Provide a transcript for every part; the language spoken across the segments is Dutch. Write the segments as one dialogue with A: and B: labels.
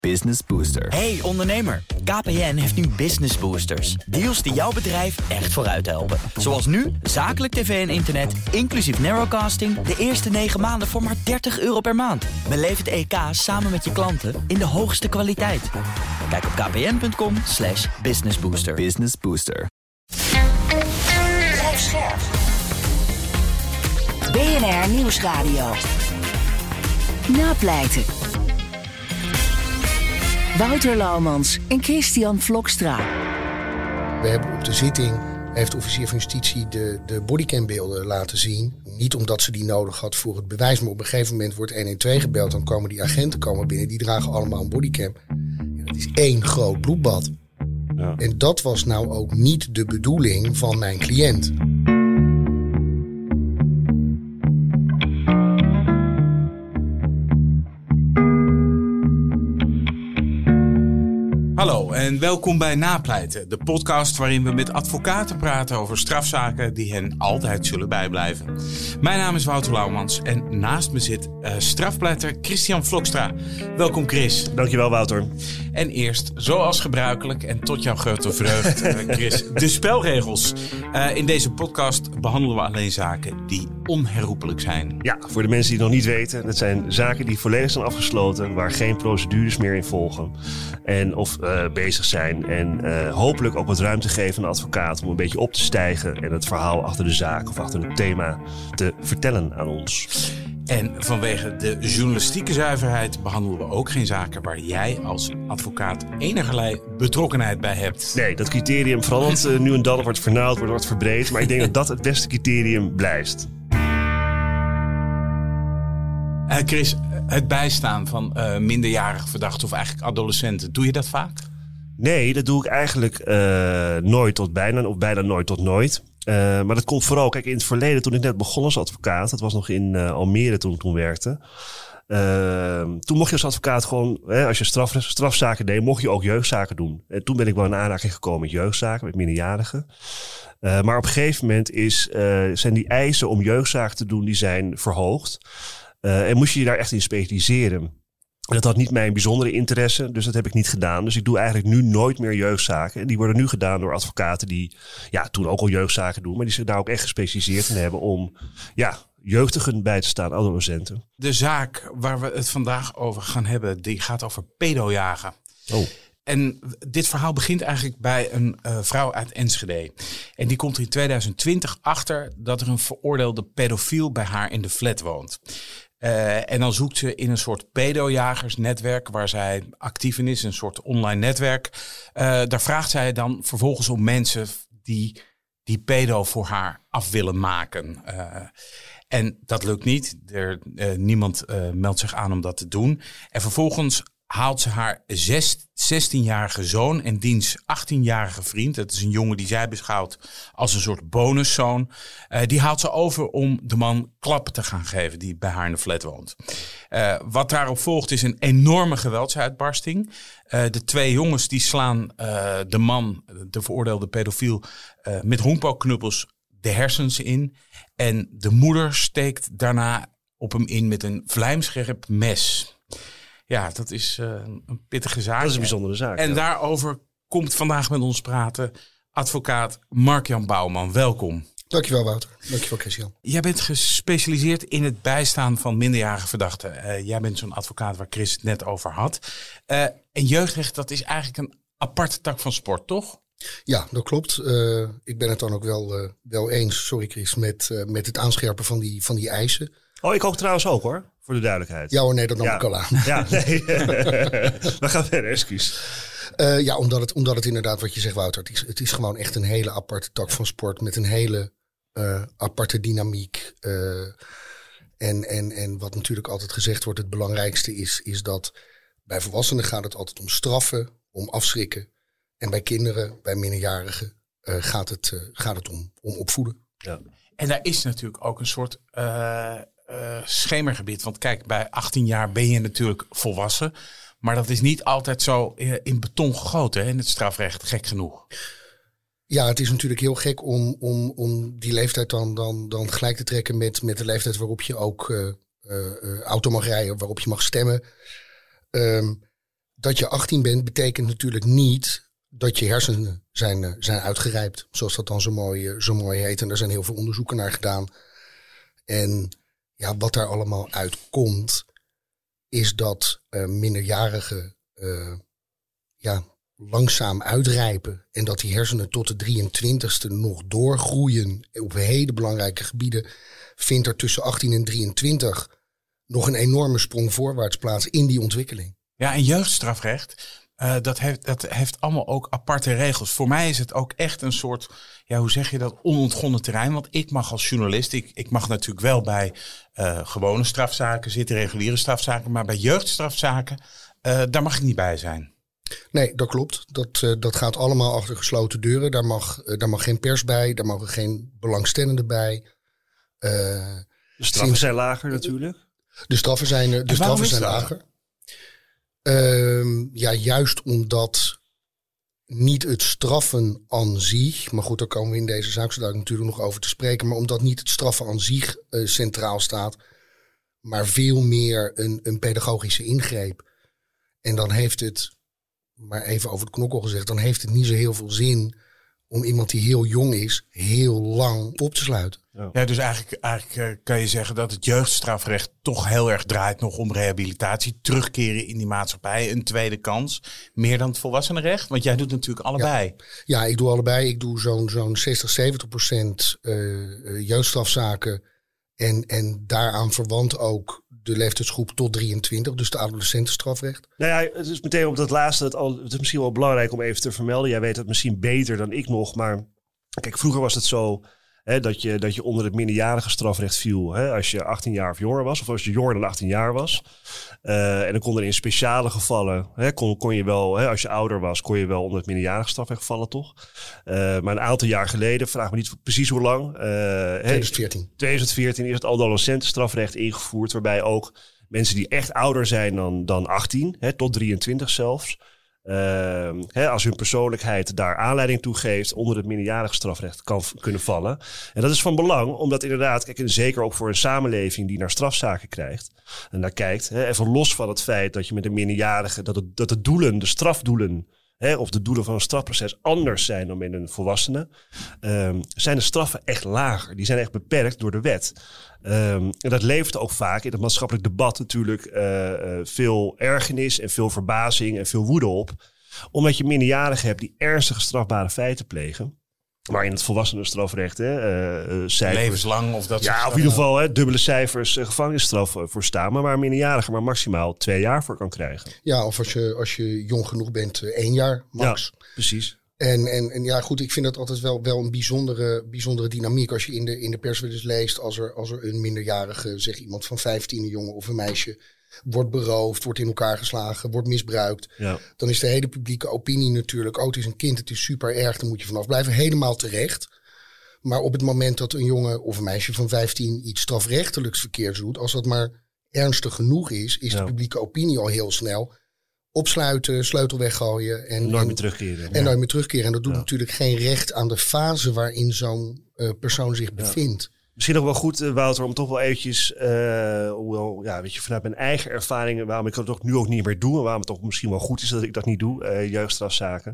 A: Business Booster.
B: Hey ondernemer, KPN heeft nu Business Boosters. Deals die jouw bedrijf echt vooruit helpen. Zoals nu, zakelijk tv en internet, inclusief narrowcasting... de eerste 9 maanden voor maar €30 per maand. Beleef het EK samen met je klanten in de hoogste kwaliteit. Kijk op kpn.com/businessbooster.
A: Business Booster.
C: Blijf scherp. BNR Nieuwsradio. Napleiten. Wouter Laumans en Christian Vlokstra.
D: We hebben op de zitting, heeft de officier van justitie de bodycambeelden laten zien. Niet omdat ze die nodig had voor het bewijs, maar op een gegeven moment wordt 112 gebeld. Dan komen die agenten binnen, die dragen allemaal een bodycam. Ja, het is één groot bloedbad. Ja. En dat was nou ook niet de bedoeling van mijn cliënt.
E: Hallo en welkom bij Napleiten, de podcast waarin we met advocaten praten over strafzaken die hen altijd zullen bijblijven. Mijn naam is Wouter Laumans en naast me zit strafpleiter Christian Vlokstra. Welkom Chris.
F: Dankjewel Wouter.
E: En eerst, zoals gebruikelijk en tot jouw grote vreugd Chris, de spelregels. In deze podcast behandelen we alleen zaken die onherroepelijk zijn.
F: Ja, voor de mensen die het nog niet weten, dat zijn zaken die volledig zijn afgesloten, waar geen procedures meer in volgen. En of bezig zijn en hopelijk ook wat ruimte geven aan de advocaat om een beetje op te stijgen en het verhaal achter de zaak of achter het thema te vertellen aan ons.
E: En vanwege de journalistieke zuiverheid behandelen we ook geen zaken waar jij als advocaat enigerlei betrokkenheid bij hebt.
F: Nee, dat criterium verandert nu en dan, wordt vernauwd, wordt verbreed, maar ik denk dat dat het beste criterium blijft.
E: Chris, het bijstaan van minderjarige verdachten of eigenlijk adolescenten, doe je dat vaak?
F: Nee, dat doe ik eigenlijk nooit tot bijna of bijna nooit tot nooit. Maar dat komt vooral, kijk, in het verleden toen ik net begon als advocaat, dat was nog in Almere toen ik toen werkte. Toen mocht je als advocaat gewoon, als je strafzaken deed, mocht je ook jeugdzaken doen. En toen ben ik wel in aanraking gekomen met jeugdzaken, met minderjarigen. Maar op een gegeven moment zijn die eisen om jeugdzaken te doen, die zijn verhoogd. En moest je je daar echt in specialiseren. Dat had niet mijn bijzondere interesse, dus dat heb ik niet gedaan. Dus ik doe eigenlijk nu nooit meer jeugdzaken. En die worden nu gedaan door advocaten die toen ook al jeugdzaken doen, maar die zich daar ook echt gespecialiseerd in hebben om jeugdigen bij te staan, adolescenten.
E: De zaak waar we het vandaag over gaan hebben, die gaat over pedojagen.
F: Oh.
E: En dit verhaal begint eigenlijk bij een vrouw uit Enschede. En die komt er in 2020 achter dat er een veroordeelde pedofiel bij haar in de flat woont. En dan zoekt ze in een soort pedojagersnetwerk waar zij actief in is, een soort online netwerk. Daar vraagt zij dan vervolgens om mensen die pedo voor haar af willen maken. En dat lukt niet. Niemand meldt zich aan om dat te doen. En vervolgens haalt ze haar 16-jarige zoon en diens 18-jarige vriend. Dat is een jongen die zij beschouwt als een soort bonuszoon. Die haalt ze over om de man klappen te gaan geven die bij haar in de flat woont. Wat daarop volgt is een enorme geweldsuitbarsting. De twee jongens die slaan de man, de veroordeelde pedofiel, met honkbalknuppels de hersens in. En de moeder steekt daarna op hem in met een vlijmscherp mes. Ja, dat is een pittige zaak.
F: Dat is een bijzondere zaak.
E: En daarover komt vandaag met ons praten advocaat Mark-Jan Bouwman. Welkom.
D: Dankjewel Wouter. Dankjewel Christian.
E: Jij bent gespecialiseerd in het bijstaan van minderjarige verdachten. Jij bent zo'n advocaat waar Chris het net over had. En jeugdrecht, dat is eigenlijk een aparte tak van sport, toch?
D: Ja, dat klopt. Ik ben het dan ook wel eens, sorry Chris, met het aanscherpen van die eisen.
F: Oh, ik ook trouwens ook hoor, voor de duidelijkheid.
D: Ja hoor, nee, dat nam ik al aan.
F: Ja, nee. We gaan verder, excuus.
D: Omdat het inderdaad, wat je zegt Wouter, het is gewoon echt een hele aparte tak van sport met een hele aparte dynamiek. En wat natuurlijk altijd gezegd wordt, het belangrijkste is dat bij volwassenen gaat het altijd om straffen, om afschrikken. En bij kinderen, bij minderjarigen, gaat het om opvoeden.
F: Ja.
E: En daar is natuurlijk ook een soort schemergebied. Want kijk, bij 18 jaar ben je natuurlijk volwassen. Maar dat is niet altijd zo in beton gegoten, hè, in het strafrecht, gek genoeg.
D: Ja, het is natuurlijk heel gek om die leeftijd dan gelijk te trekken met de leeftijd waarop je ook auto mag rijden, waarop je mag stemmen. dat je 18 bent betekent natuurlijk niet dat je hersenen zijn uitgerijpt. Zoals dat dan zo mooi heet. En daar zijn heel veel onderzoeken naar gedaan. En ja, wat daar allemaal uitkomt, is dat minderjarigen langzaam uitrijpen. En dat die hersenen tot de 23ste nog doorgroeien. Op hele belangrijke gebieden vindt er tussen 18 en 23 nog een enorme sprong voorwaarts plaats in die ontwikkeling.
E: Ja, en jeugdstrafrecht, dat heeft allemaal ook aparte regels. Voor mij is het ook echt een soort, hoe zeg je dat, onontgonnen terrein. Want ik mag als journalist, ik mag natuurlijk wel bij gewone strafzaken zitten, reguliere strafzaken. Maar bij jeugdstrafzaken, daar mag ik niet bij zijn.
D: Nee, dat klopt. Dat gaat allemaal achter gesloten deuren. Daar mag geen pers bij, daar mogen geen belangstellenden bij.
F: De straffen zijn lager natuurlijk.
D: De straffen zijn lager. Juist omdat niet het straffen aan zich, maar goed, daar komen we in deze zaak zo natuurlijk nog over te spreken, maar omdat niet het straffen aan zich centraal staat, maar veel meer een pedagogische ingreep. En dan heeft het, maar even over de knokkel gezegd, dan heeft het niet zo heel veel zin om iemand die heel jong is, heel lang op te sluiten.
E: Ja, dus eigenlijk kan je zeggen dat het jeugdstrafrecht toch heel erg draait nog om rehabilitatie, terugkeren in die maatschappij, een tweede kans, meer dan het volwassenenrecht? Want jij doet natuurlijk allebei.
D: Ja, ik doe allebei. Ik doe zo'n 60-70% jeugdstrafzaken en daaraan verwant ook de leeftijdsgroep tot 23, dus de adolescentenstrafrecht.
F: Nou ja, het is meteen op dat laatste, het is misschien wel belangrijk om even te vermelden. Jij weet het misschien beter dan ik nog, maar kijk, vroeger was het zo dat je onder het minderjarige strafrecht viel als je 18 jaar of jonger was, of als je jonger dan 18 jaar was. En dan kon er in speciale gevallen, kon je wel, als je ouder was, kon je wel onder het minderjarige strafrecht vallen, toch? Maar een aantal jaar geleden, vraag me niet precies hoe lang. 2014 is het adolescentenstrafrecht ingevoerd, waarbij ook mensen die echt ouder zijn dan 18, tot 23 zelfs, als hun persoonlijkheid daar aanleiding toe geeft, onder het minderjarig strafrecht kunnen vallen. En dat is van belang, omdat inderdaad, kijk, en zeker ook voor een samenleving die naar strafzaken krijgt en naar kijkt, even los van het feit dat je met een minderjarige, dat de doelen, de strafdoelen, of de doelen van een strafproces anders zijn dan met een volwassene, zijn de straffen echt lager. Die zijn echt beperkt door de wet. En dat levert ook vaak in het maatschappelijk debat natuurlijk veel ergernis en veel verbazing en veel woede op. Omdat je minderjarigen hebt die ernstige strafbare feiten plegen. Maar in het volwassenenstrafrecht cijfers,
E: levenslang of dat soort
F: of in ieder geval dubbele cijfers gevangenisstraf voor staan. Maar waar een minderjarige maar maximaal 2 jaar voor kan krijgen.
D: Ja, of als je jong genoeg bent, 1 jaar max.
F: Ja, precies.
D: En ja, goed, ik vind dat altijd wel een bijzondere dynamiek. Als je in de pers wel eens leest, als er een minderjarige, zeg iemand van 15, een jongen of een meisje, wordt beroofd, wordt in elkaar geslagen, wordt misbruikt. Ja. Dan is de hele publieke opinie natuurlijk, het is een kind, het is super erg, daar moet je vanaf blijven. Helemaal terecht. Maar op het moment dat een jongen of een meisje van 15 iets strafrechtelijks verkeerds doet, als dat maar ernstig genoeg is de publieke opinie al heel snel opsluiten, sleutel weggooien en
F: nooit meer terugkeren.
D: En nooit meer terugkeren. En dat doet natuurlijk geen recht aan de fase waarin zo'n persoon zich bevindt.
F: Misschien nog wel goed, Wouter, om toch wel eventjes, vanuit mijn eigen ervaringen, waarom ik het ook nu ook niet meer doe, en waarom het toch misschien wel goed is dat ik dat niet doe, jeugdstrafzaken.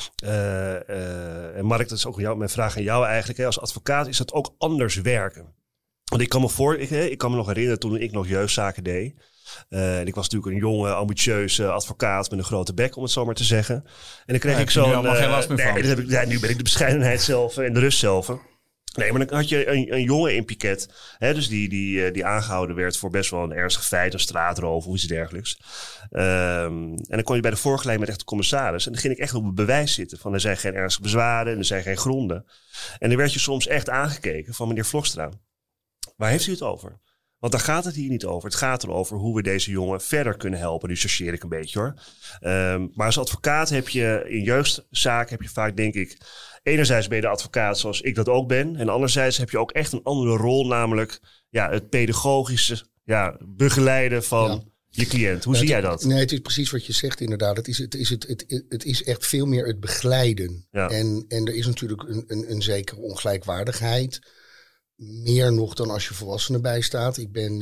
F: En Mark, dat is ook mijn vraag aan jou eigenlijk. Als advocaat is dat ook anders werken. Want ik kan me nog herinneren toen ik nog jeugdzaken deed. En ik was natuurlijk een jonge, ambitieuze advocaat met een grote bek, om het zo maar te zeggen. En dan kreeg ik zo'n...
E: geen last meer van.
F: Nu ben ik de bescheidenheid zelf en de rust zelf. Nee, maar dan had je een jongen in piket, dus die aangehouden werd voor best wel een ernstig feit, een straatroof of iets dergelijks. En dan kon je bij de voorgeleiding met echt de commissaris. En dan ging ik echt op het bewijs zitten van er zijn geen ernstige bezwaren en er zijn geen gronden. En dan werd je soms echt aangekeken van meneer Vlokstra, waar heeft u het over? Want daar gaat het hier niet over. Het gaat erover hoe we deze jongen verder kunnen helpen. Nu chargeer ik een beetje hoor. Maar als advocaat heb je in jeugdzaken vaak, denk ik, enerzijds ben je de advocaat zoals ik dat ook ben. En anderzijds heb je ook echt een andere rol, namelijk het pedagogische begeleiden van je cliënt. Hoe zie jij dat?
D: Nee, het is precies wat je zegt inderdaad. Het is echt veel meer het begeleiden. Ja. En er is natuurlijk een zekere ongelijkwaardigheid. meer nog dan als je volwassenen bijstaat. Ik ben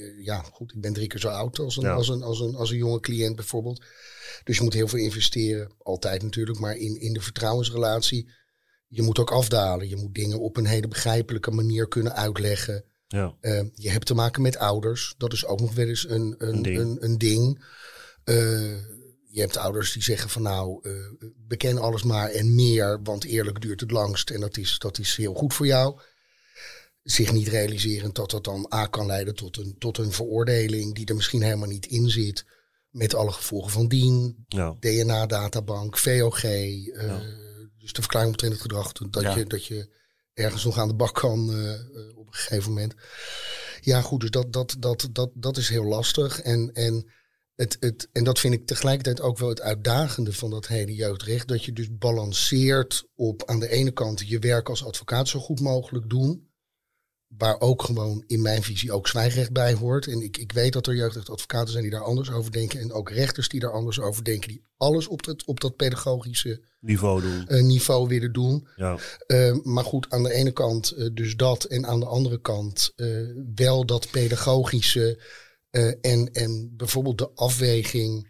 D: 3 keer zo oud als een jonge cliënt bijvoorbeeld. Dus je moet heel veel investeren. Altijd natuurlijk, maar in de vertrouwensrelatie. Je moet ook afdalen. Je moet dingen op een hele begrijpelijke manier kunnen uitleggen.
F: Ja.
D: Je hebt te maken met ouders. Dat is ook nog wel eens een ding. Je hebt ouders die zeggen van beken alles maar en meer, want eerlijk duurt het langst en dat is heel goed voor jou. Zich niet realiserend dat dat dan kan leiden tot een veroordeling die er misschien helemaal niet in zit. Met alle gevolgen van dien. Ja. DNA-databank, VOG. Dus de verklaring omtrent het gedrag. Dat je ergens nog aan de bak kan op een gegeven moment. Ja goed, dus dat is heel lastig. En dat vind ik tegelijkertijd ook wel het uitdagende van dat hele jeugdrecht. Dat je dus balanceert op aan de ene kant je werk als advocaat zo goed mogelijk doen. Waar ook gewoon in mijn visie ook zwijgrecht bij hoort. En ik weet dat er jeugdrechtadvocaten zijn die daar anders over denken. En ook rechters die daar anders over denken. Die alles op dat pedagogische niveau willen doen. Ja. Maar goed, aan de ene kant dus dat. En aan de andere kant wel dat pedagogische. En bijvoorbeeld de afweging.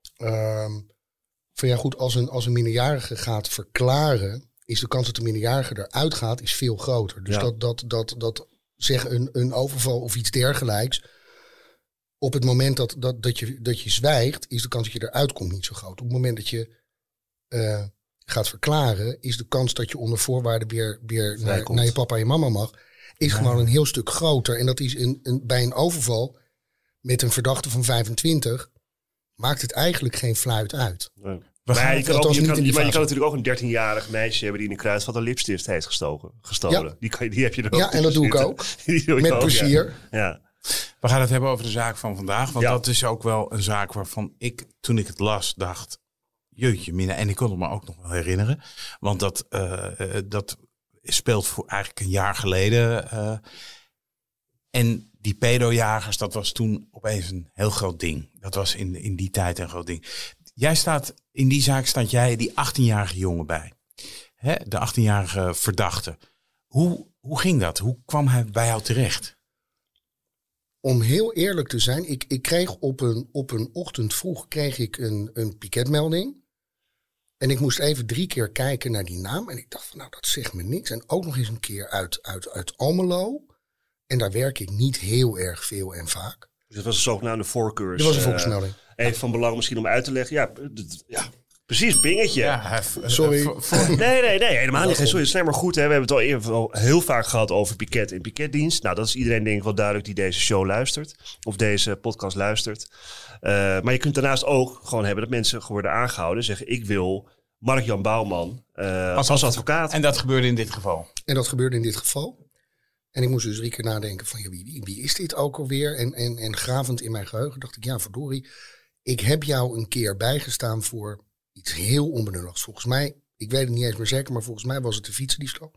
D: Van ja goed, als een minderjarige gaat verklaren. Is de kans dat de minderjarige eruit gaat is veel groter. Dus dat zeg een overval of iets dergelijks. Op het moment dat je zwijgt, is de kans dat je eruit komt niet zo groot. Op het moment dat je gaat verklaren, is de kans dat je onder voorwaarden weer naar je papa en je mama mag, is gewoon een heel stuk groter. En dat is bij een overval met een verdachte van 25 maakt het eigenlijk geen fluit uit.
F: Nee. Maar je kan natuurlijk ook een 13-jarig meisje hebben die in een kruidvat een lipstift heeft gestolen. Ja. Die heb je er ook.
D: Ja, en dat doe ik ook. Met plezier.
F: Ja.
E: We gaan het hebben over de zaak van vandaag. Want dat is ook wel een zaak waarvan ik, toen ik het las, dacht, jeetje mina. En ik kon het me ook nog wel herinneren. Want dat speelt voor eigenlijk een jaar geleden. En die pedojagers, dat was toen opeens een heel groot ding. Dat was in die tijd een groot ding. In die zaak staat jij die 18-jarige jongen bij. Hè? De 18-jarige verdachte. Hoe ging dat? Hoe kwam hij bij jou terecht?
D: Om heel eerlijk te zijn, ik kreeg op een ochtend vroeg een piketmelding. En ik moest even 3 keer kijken naar die naam. En ik dacht van dat zegt me niks. En ook nog eens een keer uit Almelo. En daar werk ik niet heel erg veel en vaak.
F: Dus dat was een zogenaamde voorkeurs.
D: Dat was een voorkeursmelding.
F: Even van belang misschien om uit te leggen. Ja, precies, bingetje.
D: Ja, sorry.
F: Nee, helemaal niet. Sorry, het is maar goed. Hè. We hebben het al heel vaak gehad over piket en piketdienst. Nou, dat is iedereen denk ik wel duidelijk die deze show luistert. Of deze podcast luistert. Maar je kunt daarnaast ook gewoon hebben dat mensen worden aangehouden. Zeggen, ik wil Mark-Jan Bouwman als advocaat.
E: En dat gebeurde in dit geval?
D: En ik moest dus 3 keer nadenken van wie is dit ook alweer? En gravend in mijn geheugen dacht ik, ja verdorie, ik heb jou een keer bijgestaan voor iets heel onbenulligs. Volgens mij, ik weet het niet eens meer zeker, maar volgens mij was het de fietsendiefstal.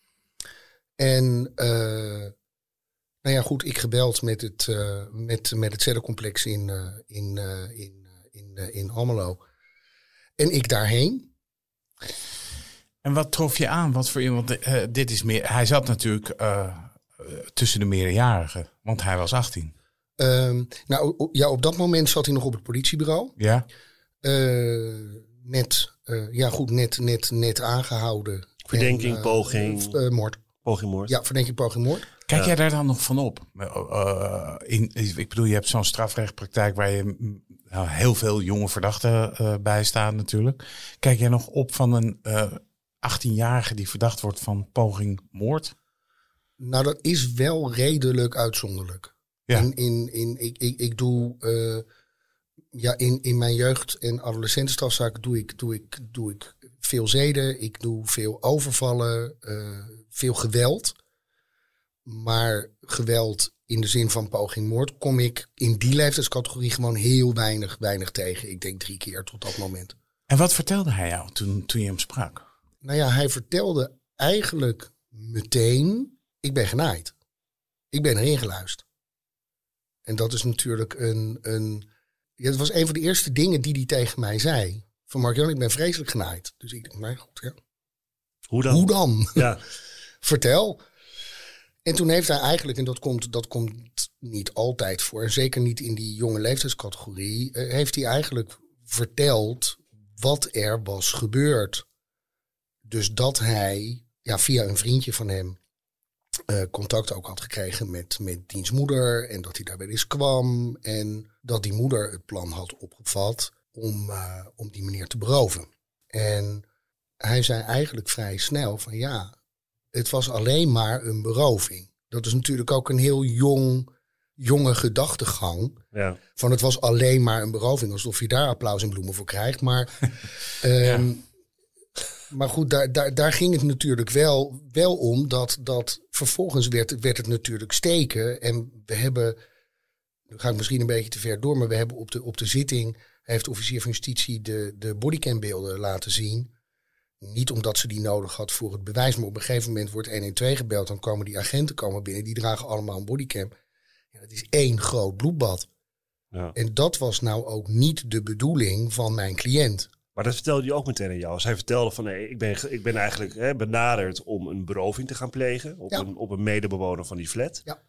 D: En goed, ik gebeld met het cellencomplex in Almelo. En ik daarheen.
E: En wat trof je aan? Wat voor iemand? Dit is meer. Hij zat natuurlijk tussen de meerderjarigen, want hij was 18.
D: Op dat moment zat hij nog op het politiebureau.
E: Ja.
D: Net aangehouden.
F: Verdenking, poging.
D: Moord.
F: Poging moord.
D: Ja, verdenking, poging moord.
E: Kijk jij daar dan nog van op? Ik bedoel, je hebt zo'n strafrechtpraktijk waar je heel veel jonge verdachten bij staan natuurlijk. Kijk jij nog op van een 18-jarige die verdacht wordt van poging moord?
D: Nou, dat is wel redelijk uitzonderlijk. Ja. Ik doe in mijn jeugd- en adolescentenstrafzaken doe ik veel zeden. Ik doe veel overvallen, veel geweld. Maar geweld in de zin van poging moord kom ik in die leeftijdscategorie gewoon heel weinig tegen. Ik denk 3 keer tot dat moment.
E: En wat vertelde hij jou toen je hem sprak?
D: Nou ja, hij vertelde eigenlijk meteen, ik ben genaaid. Ik ben erin geluisterd. En dat is natuurlijk het was een van de eerste dingen die hij tegen mij zei. Van Mark-Jan, ik ben vreselijk genaaid. Dus ik denk, nee, goed, ja.
F: Hoe dan?
D: Ja. Vertel. En toen heeft hij eigenlijk, en dat komt niet altijd voor, en zeker niet in die jonge leeftijdscategorie, heeft hij eigenlijk verteld wat er was gebeurd. Dus dat hij via een vriendje van hem contact ook had gekregen met diens moeder. En dat hij daar wel eens kwam. En dat die moeder het plan had opgevat om die meneer te beroven. En hij zei eigenlijk vrij snel van het was alleen maar een beroving. Dat is natuurlijk ook een heel jonge gedachtegang. Ja. Van het was alleen maar een beroving. Alsof je daar applaus en bloemen voor krijgt. Maar, maar goed, daar ging het natuurlijk wel om. Dat vervolgens werd het natuurlijk steken. En we hebben, nu ga ik misschien een beetje te ver door. Maar we hebben op de zitting, heeft de officier van justitie de bodycambeelden laten zien. Niet omdat ze die nodig had voor het bewijs. Maar op een gegeven moment wordt 112 gebeld. Dan komen die agenten binnen. Die dragen allemaal een bodycam. Ja, dat is één groot bloedbad. Ja. En dat was nou ook niet de bedoeling van mijn cliënt.
F: Maar dat vertelde hij ook meteen aan jou. Als hij vertelde van ik ben eigenlijk benaderd om een beroving te gaan plegen. Op een medebewoner van die flat. Ja.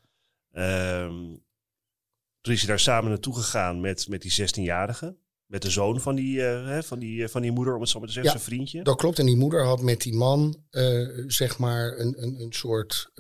F: Toen is hij daar samen naartoe gegaan met die 16-jarige. Met de zoon van die moeder, om het zo maar te zeggen, zijn vriendje.
D: Dat klopt. En die moeder had met die man zeg maar een soort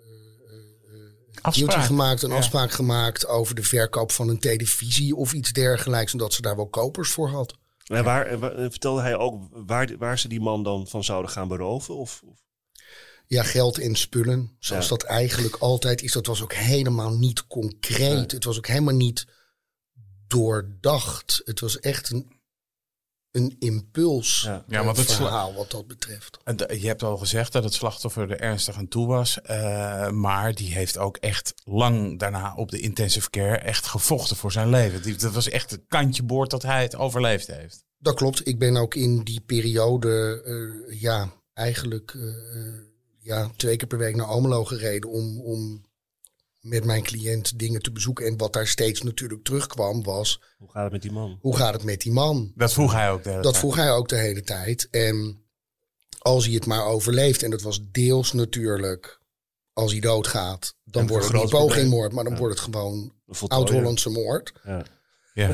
D: afspraak gemaakt over de verkoop van een televisie of iets dergelijks. En dat ze daar wel kopers voor had.
F: En vertelde hij ook waar ze die man dan van zouden gaan beroven? Of?
D: Ja, geld en spullen. Zoals dat eigenlijk altijd is. Dat was ook helemaal niet concreet. Ja. Het was ook helemaal niet doordacht. Het was echt een impuls verhaal wat dat betreft.
E: Je hebt al gezegd dat het slachtoffer er ernstig aan toe was. Maar die heeft ook echt lang daarna op de intensive care echt gevochten voor zijn leven. Dat was echt het kantje boord dat hij het overleefd heeft.
D: Dat klopt. Ik ben ook in die periode eigenlijk 2 keer per week naar Almelo gereden om met mijn cliënt dingen te bezoeken. En wat daar steeds natuurlijk terugkwam was...
F: Hoe gaat het met die man?
E: Dat vroeg hij ook de hele tijd.
D: Dat vroeg hij ook de hele tijd. En als hij het maar overleeft, en dat was deels natuurlijk... Als hij doodgaat, dan wordt het niet pogingmoord, maar dan wordt het gewoon oud-Hollandse moord. Ja. Ja.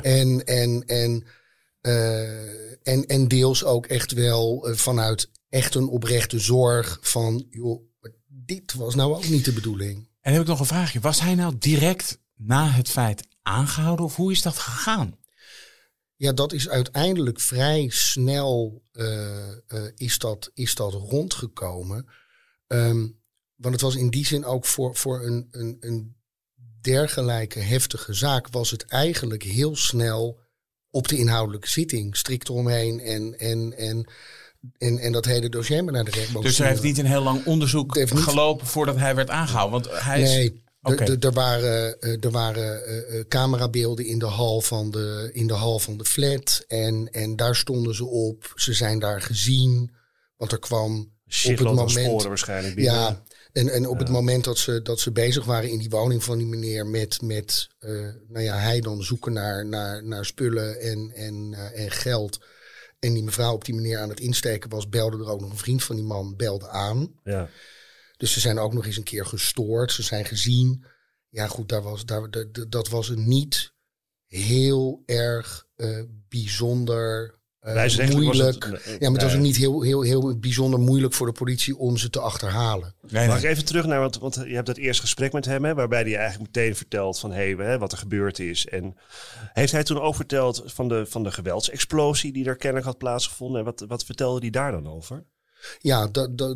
D: En deels ook echt wel vanuit echt een oprechte zorg van... joh, dit was nou ook niet de bedoeling.
E: En heb ik nog een vraagje. Was hij nou direct na het feit aangehouden of hoe is dat gegaan?
D: Ja, dat is uiteindelijk vrij snel is dat rondgekomen. Want het was in die zin ook voor een dergelijke heftige zaak... was het eigenlijk heel snel op de inhoudelijke zitting strikt eromheen en dat hele dossier maar naar de rechtbank.
E: Dus er heeft niet een heel lang onderzoek gelopen voordat hij werd aangehouden? Want hij is...
D: Nee, er waren camerabeelden in de hal van de flat. En daar stonden ze op. Ze zijn daar gezien. Want er kwam op het moment...
F: sporen waarschijnlijk binnen.
D: Ja, en op het moment dat ze bezig waren in die woning van die meneer... met hij dan zoeken naar spullen en geld... En die mevrouw op die meneer aan het insteken was, belde er ook nog een vriend van die man, belde aan. Ja. Dus ze zijn ook nog eens een keer gestoord. Ze zijn gezien. Ja goed, dat was een niet heel erg bijzonder moeilijk. Het was niet heel bijzonder moeilijk voor de politie om ze te achterhalen.
F: Mag ik even terug naar, want je hebt dat eerste gesprek met hem, waarbij hij eigenlijk meteen vertelt van wat er gebeurd is. En heeft hij toen ook verteld van de geweldsexplosie die er kennelijk had plaatsgevonden? En wat vertelde hij daar dan over?
D: Ja,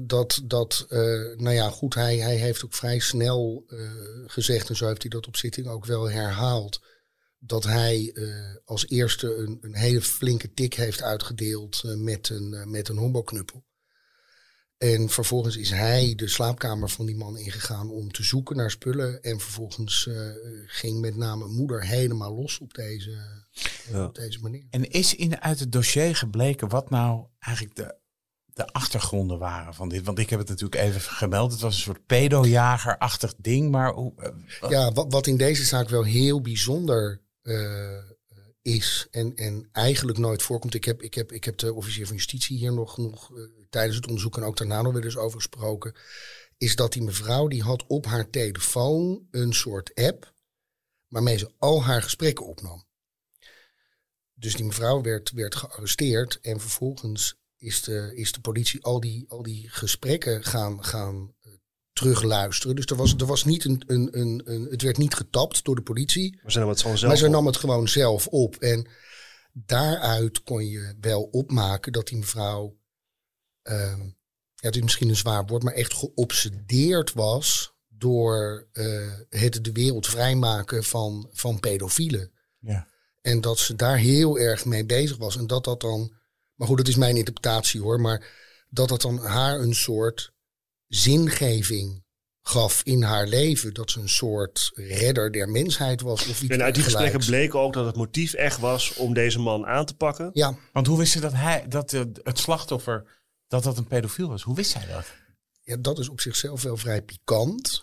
D: goed, hij heeft ook vrij snel gezegd, en zo heeft hij dat op zitting ook wel herhaald, dat hij als eerste een hele flinke tik heeft uitgedeeld met een honkbalknuppel. En vervolgens is hij de slaapkamer van die man ingegaan om te zoeken naar spullen. En vervolgens ging met name moeder helemaal los op deze manier.
E: En is uit het dossier gebleken wat nou eigenlijk de achtergronden waren van dit? Want ik heb het natuurlijk even gemeld. Het was een soort pedojager-achtig ding. Maar
D: wat in deze zaak wel heel bijzonder is en eigenlijk nooit voorkomt. Ik heb de officier van justitie hier nog tijdens het onderzoek en ook daarna nog weer eens over gesproken. is dat die mevrouw die had op haar telefoon een soort app waarmee ze al haar gesprekken opnam. Dus die mevrouw werd gearresteerd en vervolgens is de politie al die gesprekken gaan terugluisteren. Dus er was niet het werd niet getapt door de politie.
F: Maar
D: ze nam het gewoon zelf op. En daaruit kon je wel opmaken dat die mevrouw, het is misschien een zwaar woord, maar echt geobsedeerd was door het de wereld vrijmaken van pedofielen.
E: Ja.
D: En dat ze daar heel erg mee bezig was. En dat dan, maar goed, dat is mijn interpretatie hoor, maar dat dan haar een soort zingeving gaf in haar leven. Dat ze een soort redder der mensheid was. Of iets
F: en uit die gesprekken
D: dergelijks.
F: bleek ook dat het motief echt was om deze man aan te pakken.
D: Ja.
E: Want hoe wist ze dat het slachtoffer dat een pedofiel was? Hoe wist zij dat?
D: Ja, dat is op zichzelf wel vrij pikant.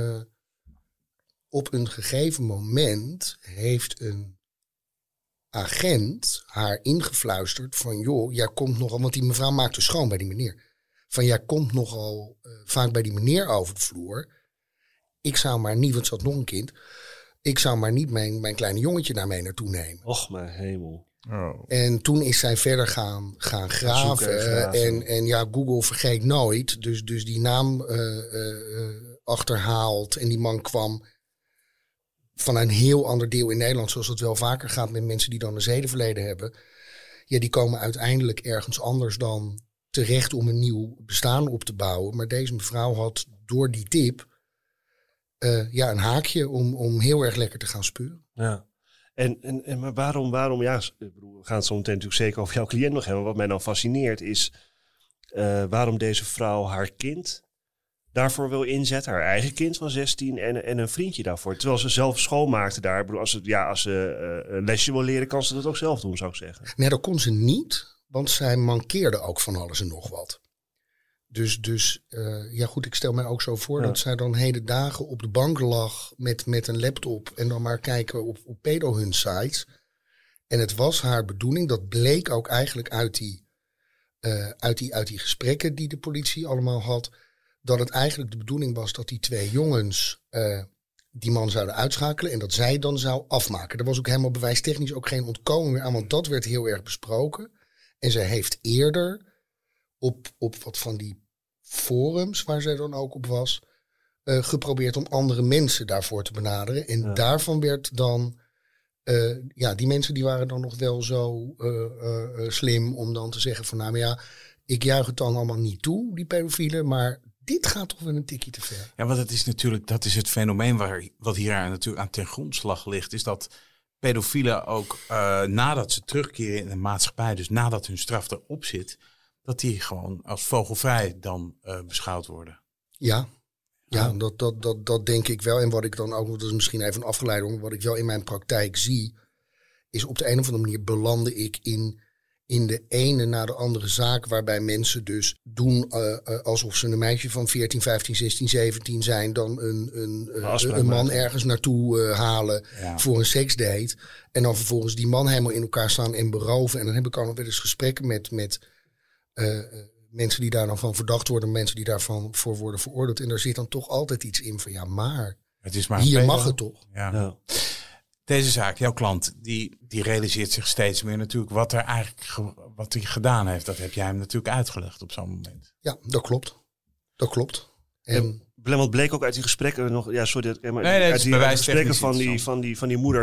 D: Op een gegeven moment heeft een agent haar ingefluisterd van joh, jij komt nogal, want die mevrouw maakte schoon bij die meneer. Van jij komt nogal vaak bij die meneer over de vloer. Ik zou maar niet, want ze had nog een kind. Ik zou maar niet mijn kleine jongetje daarmee naartoe nemen.
F: Och mijn hemel.
E: Oh.
D: En toen is zij verder gaan graven. En ja, Google vergeet nooit. Dus die naam achterhaald. En die man kwam van een heel ander deel in Nederland. Zoals het wel vaker gaat met mensen die dan een zedenverleden hebben. Ja, die komen uiteindelijk ergens anders dan terecht om een nieuw bestaan op te bouwen. Maar deze mevrouw had door die tip een haakje om heel erg lekker te gaan speuren.
F: Ja. Maar waarom, ja, we gaan het zo meteen natuurlijk zeker over jouw cliënt nog hebben. Wat mij dan fascineert is waarom deze vrouw haar kind daarvoor wil inzetten. Haar eigen kind van 16 en een vriendje daarvoor. Terwijl ze zelf schoonmaakte daar. Ik bedoel, als ze een lesje wil leren, kan ze dat ook zelf doen, zou ik zeggen.
D: Nee, dat kon ze niet, want zij mankeerde ook van alles en nog wat. Dus ja goed, ik stel mij ook zo voor dat zij dan hele dagen op de bank lag met een laptop en dan maar kijken op pedo-hun sites. En het was haar bedoeling, dat bleek ook eigenlijk uit die gesprekken die de politie allemaal had, dat het eigenlijk de bedoeling was dat die twee jongens die man zouden uitschakelen en dat zij dan zou afmaken. Er was ook helemaal bewijstechnisch ook geen ontkomen meer aan, want dat werd heel erg besproken. En zij heeft eerder op wat van die forums, waar zij dan ook op was, geprobeerd om andere mensen daarvoor te benaderen. En daarvan werd dan, die mensen die waren dan nog wel zo slim om dan te zeggen van, nou maar ja, ik juich het dan allemaal niet toe, die pedofielen, maar dit gaat toch wel een tikje te ver.
E: Ja, want het is natuurlijk, dat is het fenomeen wat hier natuurlijk aan ten grondslag ligt, is dat pedofielen ook nadat ze terugkeren in de maatschappij, dus nadat hun straf erop zit, dat die gewoon als vogelvrij dan beschouwd worden.
D: Ja, dat denk ik wel. En wat ik dan ook, dat is misschien even een afgeleide, wat ik wel in mijn praktijk zie, is op de een of andere manier belande ik in de ene na de andere zaak, waarbij mensen dus doen alsof ze een meisje van 14, 15, 16, 17 zijn, dan een man ergens naartoe halen voor een seksdate. En dan vervolgens die man helemaal in elkaar slaan en beroven. En dan heb ik ook nog wel eens gesprekken met mensen die daar dan van verdacht worden, mensen die daarvan voor worden veroordeeld. En daar zit dan toch altijd iets in van, ja, maar
E: Het is maar
D: hier mag het toch?
E: Ja. Deze zaak, jouw klant, die realiseert zich steeds meer natuurlijk wat hij gedaan heeft. Dat heb jij hem natuurlijk uitgelegd op zo'n moment.
D: Ja, dat klopt. En
F: wat bleek ook uit die gesprekken nog, uit die gesprekken van die moeder,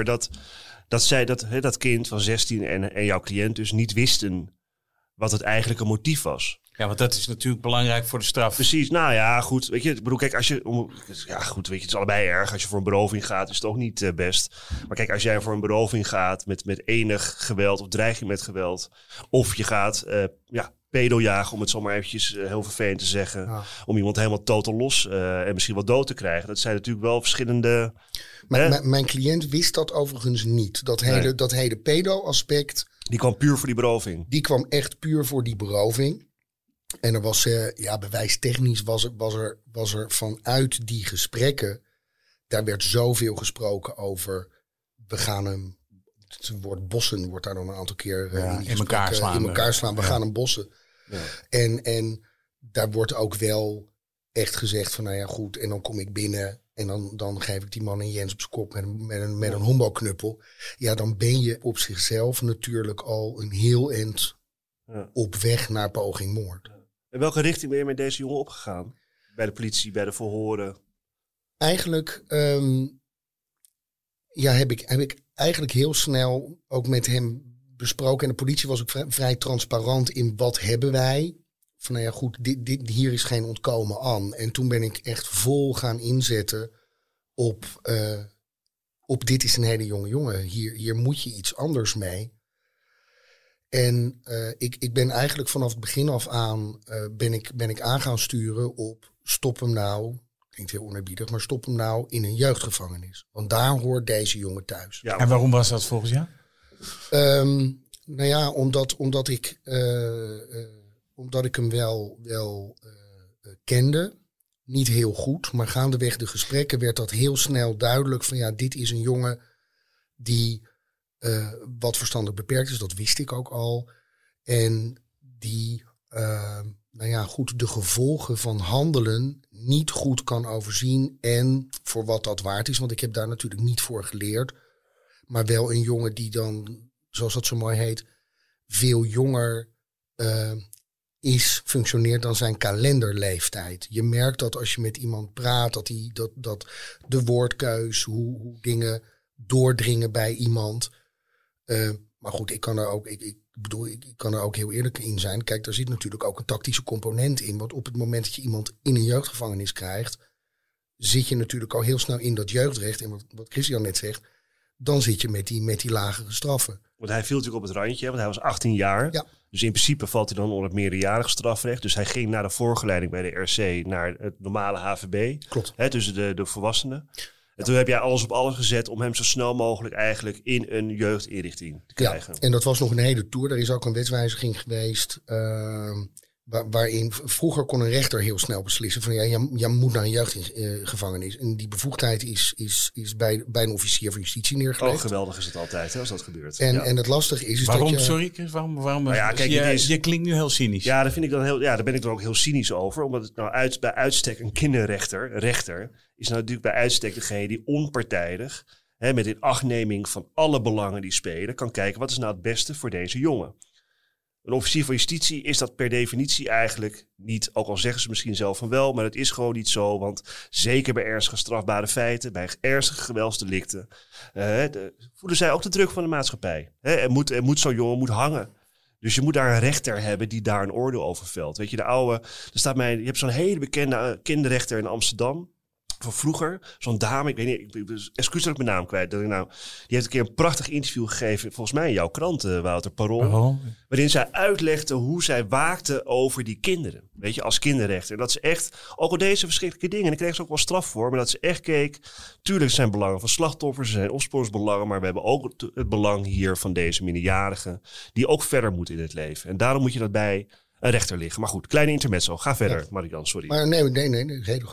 F: dat kind van 16 en jouw cliënt dus niet wisten wat het eigenlijke motief was.
E: Ja, want dat is natuurlijk belangrijk voor de straf.
F: Precies, nou ja, goed. Weet je, ik bedoel, kijk, het is allebei erg. Als je voor een beroving gaat, is het ook niet best. Maar kijk, als jij voor een beroving gaat met enig geweld of dreiging met geweld, of je gaat pedo jagen, om het zo maar eventjes heel vervelend te zeggen, om iemand helemaal totaal los en misschien wel dood te krijgen. Dat zijn natuurlijk wel verschillende.
D: Mijn cliënt wist dat overigens niet. Dat hele pedo-aspect.
F: Die kwam puur voor die beroving.
D: Die kwam echt puur voor die beroving. En er was, bewijstechnisch was er vanuit die gesprekken, daar werd zoveel gesproken over, we gaan hem, het woord bossen wordt daar dan een aantal keer in elkaar slaan. We gaan hem bossen. Ja. En daar wordt ook wel echt gezegd van nou ja goed, en dan kom ik binnen en dan geef ik die man een Jens op zijn kop met een honkbalknuppel. Ja, dan ben je op zichzelf natuurlijk al een heel eind op weg naar poging moord.
F: In welke richting ben je met deze jongen opgegaan? Bij de politie, bij de verhoren?
D: Eigenlijk heb ik eigenlijk heel snel ook met hem besproken. En de politie was ook vrij transparant in wat hebben wij. Van nou ja goed, hier is geen ontkomen aan. En toen ben ik echt vol gaan inzetten op dit is een hele jonge jongen. Hier moet je iets anders mee. En ik ben eigenlijk vanaf het begin af aan ben ik aan gaan sturen op stop hem nou. Klinkt heel oneerbiedig, maar stop hem nou in een jeugdgevangenis. Want daar hoort deze jongen thuis.
E: Ja. En waarom was dat volgens jou?
D: Nou ja, omdat ik hem wel kende. Niet heel goed, maar gaandeweg de gesprekken werd dat heel snel duidelijk. Van ja, dit is een jongen die wat verstandelijk beperkt is. Dat wist ik ook al. En die de gevolgen van handelen niet goed kan overzien. En voor wat dat waard is, want ik heb daar natuurlijk niet voor geleerd. Maar wel een jongen die dan, zoals dat zo mooi heet, veel jonger functioneert dan zijn kalenderleeftijd. Je merkt dat als je met iemand praat, dat de woordkeus, hoe dingen doordringen bij iemand. Maar goed, ik kan er ook heel eerlijk in zijn. Kijk, daar zit natuurlijk ook een tactische component in. Want op het moment dat je iemand in een jeugdgevangenis krijgt, zit je natuurlijk al heel snel in dat jeugdrecht. En wat Christian net zegt, dan zit je met die lagere straffen.
F: Want hij viel natuurlijk op het randje, want hij was 18 jaar. Ja. Dus in principe valt hij dan onder het meerderjarig strafrecht. Dus hij ging na de voorgeleiding bij de RC naar het normale HVB.
D: Klopt.
F: Dus de volwassenen. En toen heb jij alles op alles gezet om hem zo snel mogelijk eigenlijk in een jeugdinrichting te krijgen.
D: Ja, en dat was nog een hele tour. Er is ook een wetswijziging geweest waarin vroeger kon een rechter heel snel beslissen van jij moet naar een jeugdgevangenis. En die bevoegdheid is bij een officier van justitie neergelegd.
F: Oh, geweldig is het altijd als dat gebeurt.
D: En het lastige is
E: waarom,
D: dat je...
E: Sorry Chris, waarom
F: nou ja, kijk,
E: je klinkt nu heel cynisch.
F: Ja, dat vind ik dan daar ben ik dan ook heel cynisch over. Omdat het nou bij uitstek een kinderrechter is nou natuurlijk bij uitstek degene die onpartijdig, met in achtneming van alle belangen die spelen, kan kijken wat is nou het beste voor deze jongen. Een officier van justitie is dat per definitie eigenlijk niet, ook al zeggen ze misschien zelf van wel, maar het is gewoon niet zo. Want zeker bij ernstige strafbare feiten, bij ernstige geweldsdelicten, voelen zij ook de druk van de maatschappij. Er moet zo'n jongen moet hangen. Dus je moet daar een rechter hebben die daar een oordeel over velt. Weet je, je hebt zo'n hele bekende kinderrechter in Amsterdam. Van vroeger, zo'n dame, ik weet niet, excuus dat ik mijn naam kwijt. Die heeft een keer een prachtig interview gegeven, volgens mij in jouw krant, Wouter, Parool. Waarin zij uitlegde hoe zij waakte over die kinderen. Weet je, als kinderrechter. En dat ze echt, ook al deze verschrikkelijke dingen, en ik kreeg ze ook wel straf voor, maar dat ze echt keek, tuurlijk zijn belangen van slachtoffers, er zijn opsporingsbelangen, maar we hebben ook het belang hier van deze minderjarigen, die ook verder moeten in het leven. En daarom moet je dat bij een rechter liggen. Maar goed, kleine intermezzo. Ga verder, Marian, sorry.
D: Maar nee, hele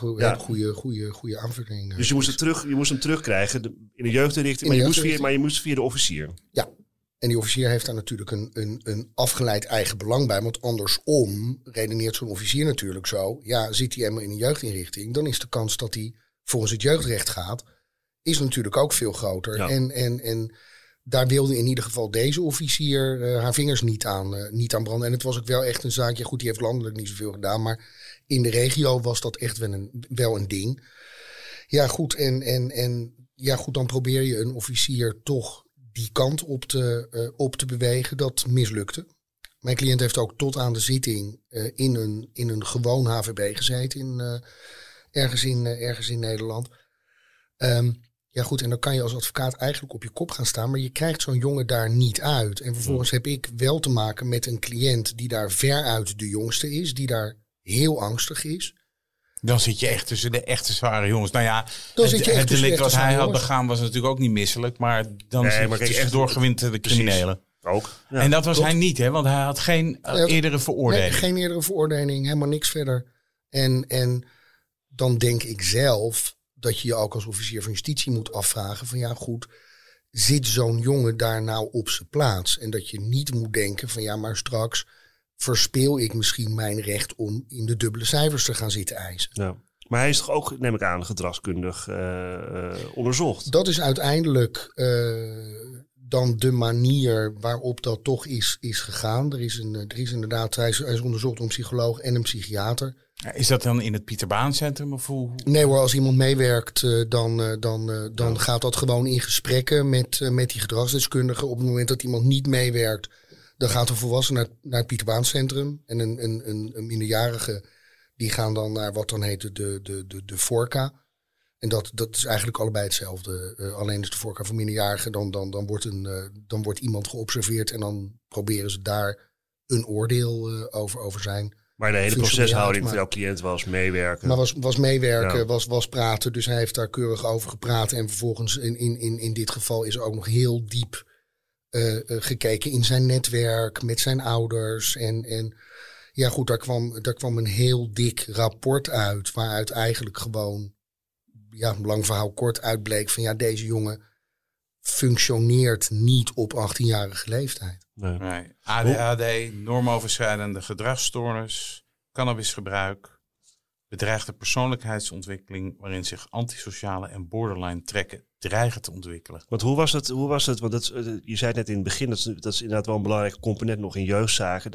D: goede aanvulling.
F: Dus je moest hem terugkrijgen in de jeugdinrichting, maar je moest via de officier.
D: Ja, en die officier heeft daar natuurlijk een afgeleid eigen belang bij. Want andersom redeneert zo'n officier natuurlijk zo. Ja, zit hij helemaal in een jeugdinrichting, dan is de kans dat hij volgens het jeugdrecht gaat, is natuurlijk ook veel groter. Ja. En daar wilde in ieder geval deze officier haar vingers niet aan branden. En het was ook wel echt een zaakje. Goed, die heeft landelijk niet zoveel gedaan. Maar in de regio was dat echt wel een ding. Ja, goed. En goed, dan probeer je een officier toch die kant op te bewegen. Dat mislukte. Mijn cliënt heeft ook tot aan de zitting in een gewoon HVB gezeten. Ergens in Nederland. Ja goed, en dan kan je als advocaat eigenlijk op je kop gaan staan, maar je krijgt zo'n jongen daar niet uit. En vervolgens heb ik wel te maken met een cliënt die daar veruit de jongste is, die daar heel angstig is.
E: Dan zit je echt tussen de echte zware jongens. Nou ja, het delict wat hij had begaan was natuurlijk ook niet misselijk, maar dan zit je tussen doorgewinterde criminelen.
F: Ook. Ja,
E: en dat was hij niet, hè? Want hij had geen eerdere veroordeling.
D: Nee, geen eerdere veroordeling, helemaal niks verder. En dan denk ik zelf dat je je ook als officier van justitie moet afvragen van ja goed, zit zo'n jongen daar nou op zijn plaats? En dat je niet moet denken van ja maar straks verspeel ik misschien mijn recht om in de dubbele cijfers te gaan zitten eisen.
F: Ja. Maar hij is toch ook, neem ik aan, gedragskundig onderzocht? Dat
D: is uiteindelijk dan de manier waarop dat toch is gegaan. Er is inderdaad, hij is onderzocht door een psycholoog en een psychiater.
E: Is dat dan in het Pieter Baan Centrum? Of hoe?
D: Nee hoor, als iemand meewerkt, dan gaat dat gewoon in gesprekken met die gedragsdeskundigen. Op het moment dat iemand niet meewerkt, dan gaat een volwassene naar het Pieter Baan Centrum. En een minderjarige, die gaan dan naar wat dan heet de Forca. En dat is eigenlijk allebei hetzelfde. Alleen is de Forca voor minderjarigen, dan wordt iemand geobserveerd en dan proberen ze daar een oordeel over zijn.
F: Maar de hele proceshouding van jouw cliënt was meewerken.
D: Maar was meewerken, was praten. Dus hij heeft daar keurig over gepraat. En vervolgens in dit geval is er ook nog heel diep gekeken in zijn netwerk met zijn ouders. En ja goed, daar kwam een heel dik rapport uit. Waaruit eigenlijk gewoon, lang verhaal kort uitbleek van deze jongen functioneert niet op 18-jarige leeftijd.
E: Nee. ADHD, normoverschrijdende gedragsstoornis, cannabisgebruik, bedreigde persoonlijkheidsontwikkeling waarin zich antisociale en borderline trekken dreigen te ontwikkelen.
F: Want hoe was het? Want je zei net in het begin, dat is inderdaad wel een belangrijke component nog in jeugdzaken,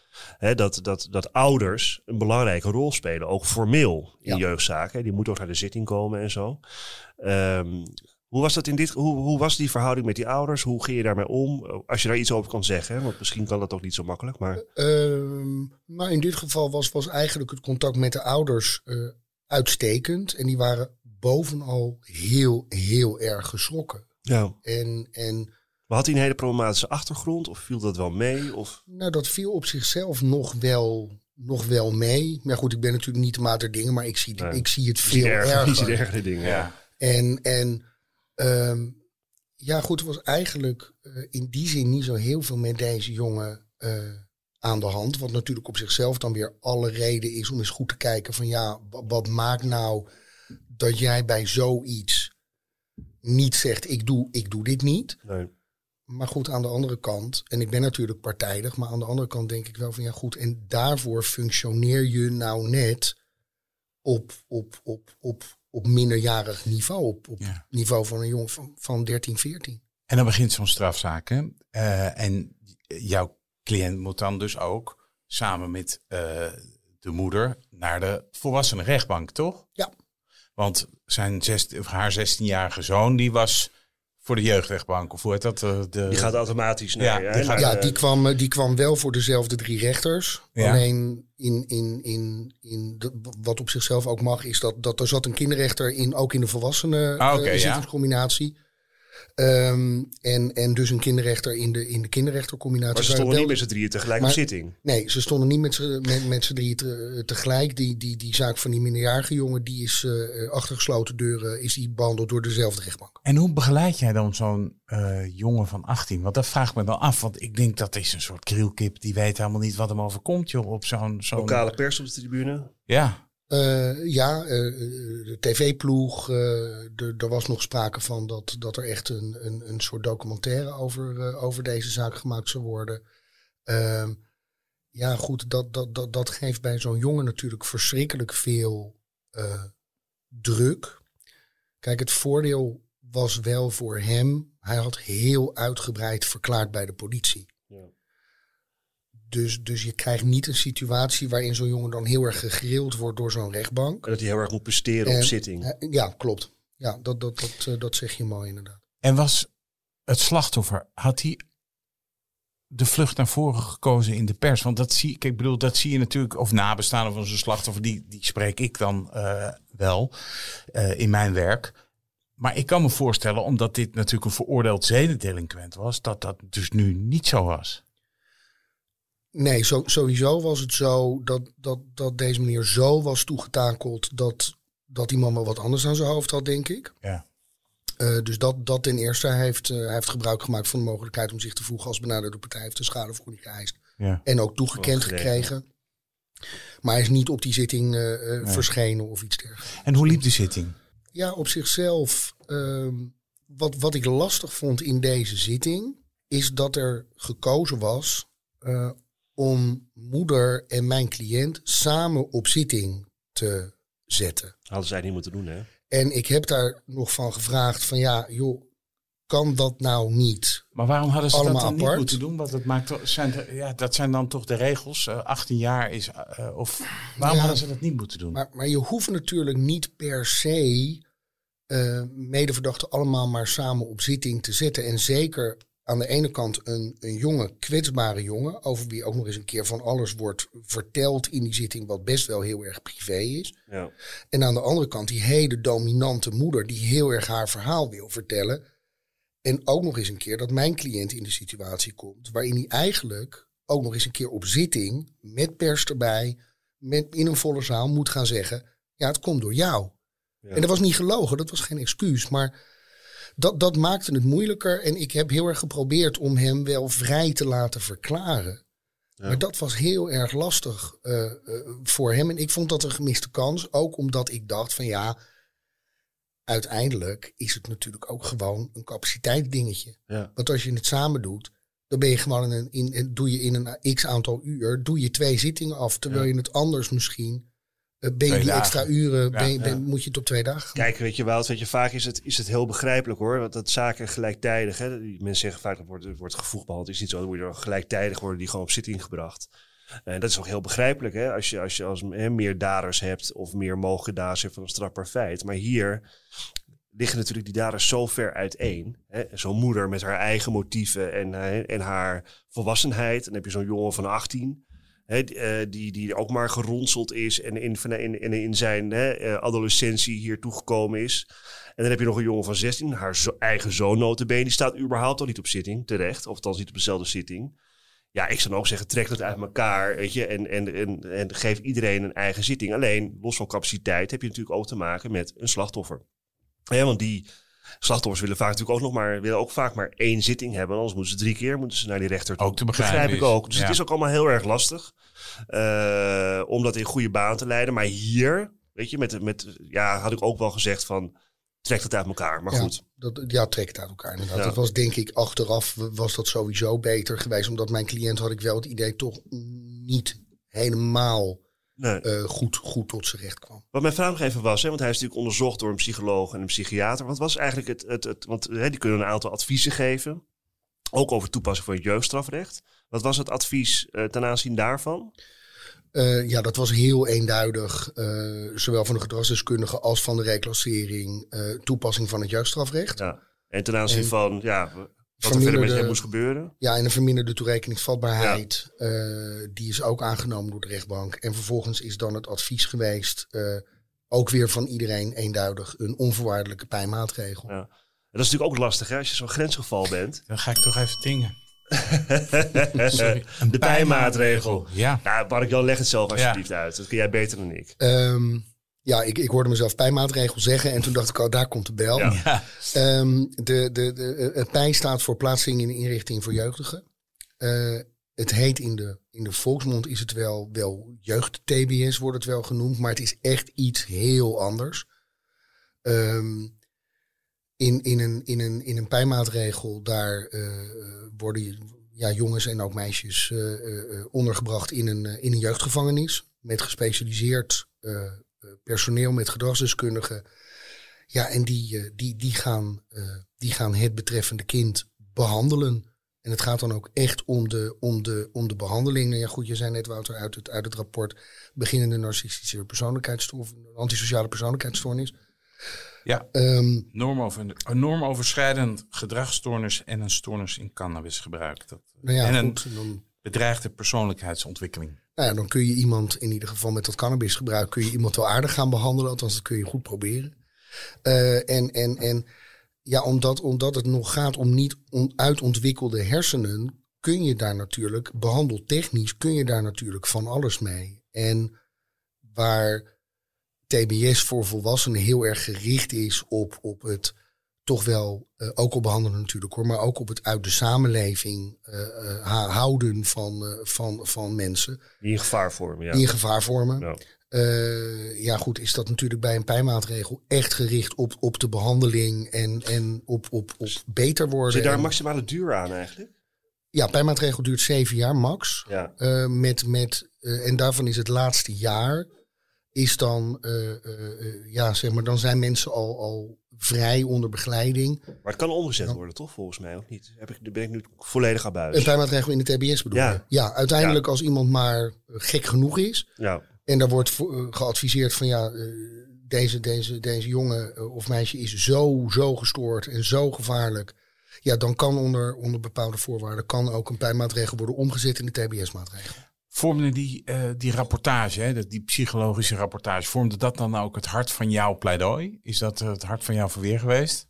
F: dat ouders een belangrijke rol spelen, ook formeel in jeugdzaken. Die moeten ook naar de zitting komen en zo. Hoe was dat hoe was die verhouding met die ouders? Hoe ging je daarmee om? Als je daar iets over kan zeggen, want misschien kan dat ook niet zo makkelijk. Maar
D: nou, in dit geval was eigenlijk het contact met de ouders uitstekend. En die waren bovenal heel, heel erg geschrokken.
F: Ja.
D: Maar
F: had hij een hele problematische achtergrond? Of viel dat wel mee? Of?
D: Nou, dat viel op zichzelf nog wel mee. Maar goed, ik ben natuurlijk niet de maat der dingen, maar ik zie het veel erger.
F: Je ziet ergere dingen, ja.
D: Goed, er was eigenlijk in die zin niet zo heel veel met deze jongen aan de hand. Wat natuurlijk op zichzelf dan weer alle reden is om eens goed te kijken van wat maakt nou dat jij bij zoiets niet zegt ik doe dit niet.
F: Nee.
D: Maar goed, aan de andere kant, en ik ben natuurlijk partijdig, maar aan de andere kant denk ik wel van goed, en daarvoor functioneer je nou net op minderjarig niveau. Op niveau van een jongen van 13, 14.
E: En dan begint zo'n strafzaak. Hè? En jouw cliënt moet dan dus ook samen met de moeder naar de volwassenenrechtbank, toch?
D: Ja.
E: Want haar 16-jarige zoon, die was voor de jeugdrechtbank. Of hoe heet dat?
F: Die gaat automatisch naar...
D: Die kwam wel voor dezelfde 3 rechters. Ja. Alleen wat op zichzelf ook mag, is dat er zat een kinderrechter ook in de volwassenen zittingscombinatie. En dus een kinderrechter in de kinderrechtercombinatie.
F: Maar ze stonden niet met z'n drieën tegelijk op zitting?
D: Nee, ze stonden niet met z'n drieën tegelijk. Die zaak van die minderjarige jongen, die is achter gesloten deuren is die behandeld door dezelfde rechtbank.
E: En hoe begeleid jij dan zo'n jongen van 18? Want dat vraagt me wel af, want ik denk dat is een soort krielkip. Die weet helemaal niet wat hem overkomt, joh, op zo'n...
F: Lokale pers op de tribune?
E: Ja.
D: De tv-ploeg, er was nog sprake van dat er echt een soort documentaire over deze zaak gemaakt zou worden. Goed, dat geeft bij zo'n jongen natuurlijk verschrikkelijk veel druk. Kijk, het voordeel was wel voor hem, hij had heel uitgebreid verklaard bij de politie. Ja. Dus je krijgt niet een situatie waarin zo'n jongen dan heel erg gegrild wordt door zo'n rechtbank.
F: En dat hij heel erg moet presteren op zitting.
D: Ja, klopt. Ja, dat zeg je mooi inderdaad.
E: En was het slachtoffer, had hij de vlucht naar voren gekozen in de pers? Want dat zie je natuurlijk, of nabestaanden van zo'n slachtoffer, die spreek ik dan wel in mijn werk. Maar ik kan me voorstellen, omdat dit natuurlijk een veroordeeld zedendelinquent was, dat dus nu niet zo was.
D: Nee, sowieso was het zo dat deze meneer zo was toegetakeld dat die man wel wat anders aan zijn hoofd had, denk ik.
E: Ja.
D: Dus dat ten eerste hij heeft gebruik gemaakt van de mogelijkheid om zich te voegen als benaderde partij, heeft de schadevergoeding geëist.
E: Ja.
D: En ook toegekend gekregen. Maar hij is niet op die zitting verschenen of iets dergelijks.
E: En hoe liep de zitting?
D: Ja, op zichzelf. Wat ik lastig vond in deze zitting is dat er gekozen was om moeder en mijn cliënt samen op zitting te zetten.
F: Hadden zij niet moeten doen, hè?
D: En ik heb daar nog van gevraagd van ja, joh, kan dat nou niet?
E: Maar waarom hadden ze dat
D: Allemaal
E: dan
D: apart?
E: niet moeten doen? Want dat zijn dan toch de regels. 18 jaar is... waarom hadden ze dat niet moeten doen?
D: Maar je hoeft natuurlijk niet per se medeverdachten allemaal maar samen op zitting te zetten. En zeker aan de ene kant een jonge, kwetsbare jongen, over wie ook nog eens een keer van alles wordt verteld in die zitting, wat best wel heel erg privé is.
F: Ja.
D: En aan de andere kant die hele dominante moeder die heel erg haar verhaal wil vertellen. En ook nog eens een keer dat mijn cliënt in de situatie komt waarin hij eigenlijk ook nog eens een keer op zitting, met pers erbij, in een volle zaal moet gaan zeggen, ja, het komt door jou. Ja. En dat was niet gelogen, dat was geen excuus, maar dat maakte het moeilijker. En ik heb heel erg geprobeerd om hem wel vrij te laten verklaren. Ja. Maar dat was heel erg lastig voor hem. En ik vond dat een gemiste kans, ook omdat ik dacht van ja, uiteindelijk is het natuurlijk ook gewoon een capaciteitsdingetje. Ja. Want als je het samen doet, dan ben je gewoon doe je in een x aantal uur, doe je 2 zittingen af. Terwijl je het anders misschien, ben je die extra uren, moet je het op 2 dagen gaan.
F: Kijk, weet je wel, vaak is het heel begrijpelijk hoor. Want dat zaken gelijktijdig, hè. Mensen zeggen vaak dat wordt gevoegd behandeld. Het is niet zo, dan moet je er gelijktijdig worden die gewoon op zitting gebracht. En dat is ook heel begrijpelijk, hè? Als je meer daders hebt of meer mogelijke daders hebt van een strafbaar feit. Maar hier liggen natuurlijk die daders zo ver uiteen. Zo'n moeder met haar eigen motieven en haar volwassenheid. En dan heb je zo'n jongen van 18, die ook maar geronseld is en in zijn adolescentie hier toegekomen is. En dan heb je nog een jongen van 16, haar eigen zoon nota bene, die staat überhaupt al niet op zitting, terecht. Of althans niet op dezelfde zitting. Ja, ik zou dan ook zeggen, trek dat uit elkaar, weet je, en geef iedereen een eigen zitting. Alleen, los van capaciteit, heb je natuurlijk ook te maken met een slachtoffer. Ja, want die slachtoffers willen ook vaak maar 1 zitting hebben. Anders moeten ze 3 keer naar die rechter toe.
E: Ook te begrijpen.
F: Begrijp ik ook. Dus het is ook allemaal heel erg lastig om dat in goede baan te leiden. Maar hier, weet je, had ik ook wel gezegd van, trek het uit elkaar. Maar goed.
D: Trek het uit elkaar inderdaad. Dat was denk ik achteraf was dat sowieso beter geweest. Omdat mijn cliënt had ik wel het idee toch niet helemaal goed tot zijn recht kwam.
F: Wat mijn vraag nog even was, want hij is natuurlijk onderzocht door een psycholoog en een psychiater. Wat was eigenlijk want die kunnen een aantal adviezen geven. Ook over toepassing van het jeugdstrafrecht. Wat was het advies ten aanzien daarvan?
D: Dat was heel eenduidig. Zowel van de gedragsdeskundige als van de reclassering. Toepassing van het jeugdstrafrecht. Ja.
F: En ten aanzien van wat er verder met hem moest gebeuren?
D: Ja, en een verminderde toerekeningsvatbaarheid. Die is ook aangenomen door de rechtbank. En vervolgens is dan het advies geweest, ook weer van iedereen eenduidig, een onvoorwaardelijke pijnmaatregel. Ja.
F: En dat is natuurlijk ook lastig, hè? Als je zo'n grensgeval bent.
E: Dan ga ik toch even dingen.
F: Sorry, de pijnmaatregel.
E: Ja.
F: Nou, Mark-Jan, leg het zelf alsjeblieft uit. Dat kun jij beter dan ik.
D: Ik hoorde mezelf pijnmaatregel zeggen en toen dacht ik, daar komt de bel. Ja. Het pijn staat voor plaatsing in de inrichting voor jeugdigen. Het heet in de volksmond is het wel jeugd-TBS wordt het wel genoemd, maar het is echt iets heel anders. In een pijnmaatregel, daar worden jongens en ook meisjes ondergebracht in een jeugdgevangenis met gespecialiseerd personeel, met gedragsdeskundigen. Ja, en die gaan het betreffende kind behandelen. En het gaat dan ook echt om de behandeling. Nou ja, goed, je zei net, Wouter, uit het rapport beginnende narcistische persoonlijkheidsstoornis, antisociale persoonlijkheidsstoornis.
E: Ja, normoverschrijdend gedragsstoornis en een stoornis in cannabisgebruik. Een bedreigde persoonlijkheidsontwikkeling.
D: Nou ja, dan kun je iemand, in ieder geval met dat cannabisgebruik, kun je iemand wel aardig gaan behandelen. Althans, dat kun je goed proberen. Omdat het nog gaat om niet uitontwikkelde hersenen, kun je daar natuurlijk, behandeltechnisch, kun je daar natuurlijk van alles mee. En waar TBS voor volwassenen heel erg gericht is op het toch wel, ook op behandelen natuurlijk hoor, maar ook op het uit de samenleving houden van mensen.
F: Die in gevaar vormen. Ja.
D: Die in gevaar vormen. Ja. Goed, is dat natuurlijk bij een pijnmaatregel echt gericht op de behandeling en op beter worden.
F: Zit daar een maximale duur aan eigenlijk?
D: Ja, pijnmaatregel duurt 7 jaar max.
F: Ja.
D: En daarvan is het laatste jaar. Is dan, dan zijn mensen al vrij onder begeleiding.
F: Maar het kan omgezet worden, toch? Volgens mij ook niet. Ben ik nu volledig aan buis.
D: Een pijnmaatregel in de TBS bedoel je? Ja, uiteindelijk als iemand maar gek genoeg is.
F: Ja.
D: En daar wordt geadviseerd van deze jongen of meisje is zo gestoord en zo gevaarlijk. Ja, dan kan onder bepaalde voorwaarden kan ook een pijnmaatregel worden omgezet in de TBS-maatregel.
E: Vormde die rapportage, hè, die psychologische rapportage, vormde dat dan ook het hart van jouw pleidooi? Is dat het hart van jouw verweer geweest?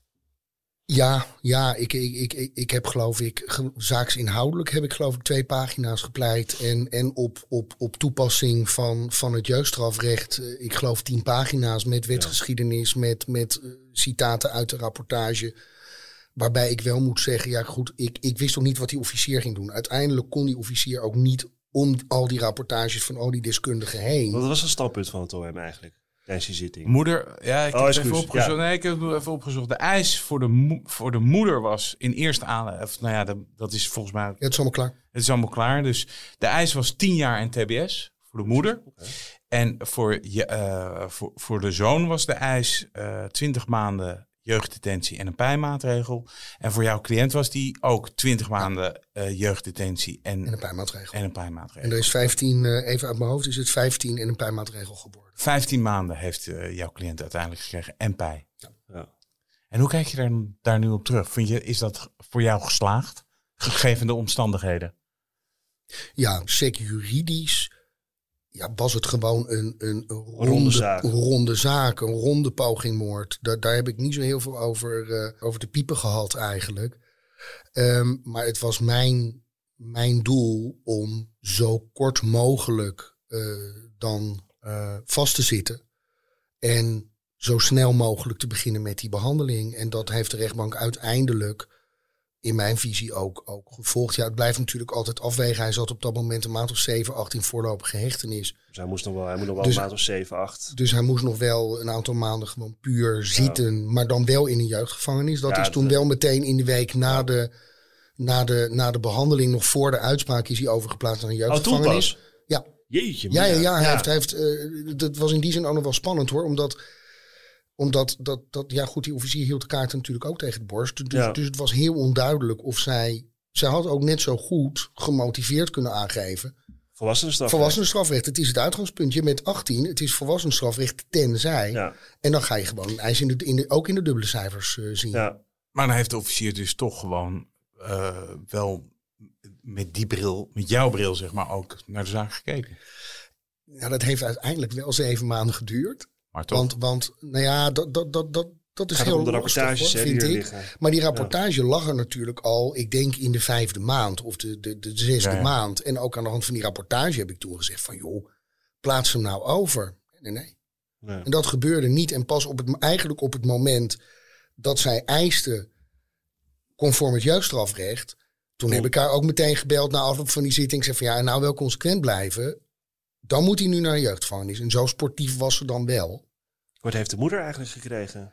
D: Ja, ik heb geloof ik, zaaksinhoudelijk heb ik geloof ik 2 pagina's gepleit. En op toepassing van het jeugdstrafrecht, ik geloof 10 pagina's met wetsgeschiedenis, met citaten uit de rapportage. Waarbij ik wel moet zeggen, ik wist nog niet wat die officier ging doen. Uiteindelijk kon die officier ook niet om al die rapportages van al die deskundigen heen.
F: Wat was het standpunt van het OM eigenlijk tijdens die zitting?
E: Moeder, ja, ik heb het even opgezocht. Nee, ik heb het even opgezocht. De eis voor de moeder was in eerste aanleg. Dat is volgens mij.
D: Ja, het is allemaal klaar.
E: Het is allemaal klaar. Dus de eis was 10 jaar en TBS voor de moeder. Okay. En voor de zoon was de eis 20 maanden jeugddetentie en een pijnmaatregel. En voor jouw cliënt was die ook 20 maanden jeugddetentie en een pijnmaatregel.
D: En er is 15, even uit mijn hoofd, is het 15 en een pijnmaatregel geworden.
E: 15 maanden heeft jouw cliënt uiteindelijk gekregen en pij.
F: Ja.
E: En hoe kijk je daar nu op terug? Is dat voor jou geslaagd, gegeven de omstandigheden?
D: Ja, zeker juridisch. Ja, was het gewoon een ronde zaak, een ronde pogingmoord. Daar heb ik niet zo heel veel over te piepen gehad eigenlijk. Maar het was mijn doel om zo kort mogelijk dan vast te zitten. En zo snel mogelijk te beginnen met die behandeling. En dat heeft de rechtbank uiteindelijk in mijn visie ook gevolgd. Ja, het blijft natuurlijk altijd afwegen. Hij zat op dat moment een maand of 7, 8 in voorlopige hechtenis.
F: Dus hij moet nog wel een maand of 7, 8.
D: Dus hij moest nog wel een aantal maanden gewoon puur zitten. Maar dan wel in een jeugdgevangenis. Dat is toen wel meteen in de week na de behandeling, nog voor de uitspraak, is hij overgeplaatst naar een jeugdgevangenis. Ja.
F: Jeetje.
D: Ja. Hij heeft dat was in die zin ook nog wel spannend hoor. Omdat die officier hield de kaarten natuurlijk ook tegen de borst. Dus het was heel onduidelijk of zij had ook net zo goed gemotiveerd kunnen aangeven. Volwassenenstrafrecht. Het is het uitgangspunt. Je bent 18, het is volwassenenstrafrecht tenzij. Ja. En dan ga je gewoon een eis ook in de dubbele cijfers zien. Ja.
E: Maar dan heeft de officier dus toch gewoon wel met die bril, met jouw bril zeg maar, ook naar de zaak gekeken.
D: Ja, dat heeft uiteindelijk wel 7 maanden geduurd.
E: Maar toch?
D: Want dat is heel lastig, vind ik. Liggen. Maar die rapportage lag er natuurlijk al, ik denk in de 5e maand of de 6e maand. En ook aan de hand van die rapportage heb ik toen gezegd van joh, plaats hem nou over. Nee. En dat gebeurde niet. En pas eigenlijk op het moment dat zij eiste conform het jeugdstrafrecht, toen heb ik haar ook meteen gebeld na afloop van die zitting. Ik zei van en nou wel consequent blijven. Dan moet hij nu naar een jeugdgevangenis. En zo sportief was ze dan wel.
F: Wat heeft de moeder eigenlijk gekregen?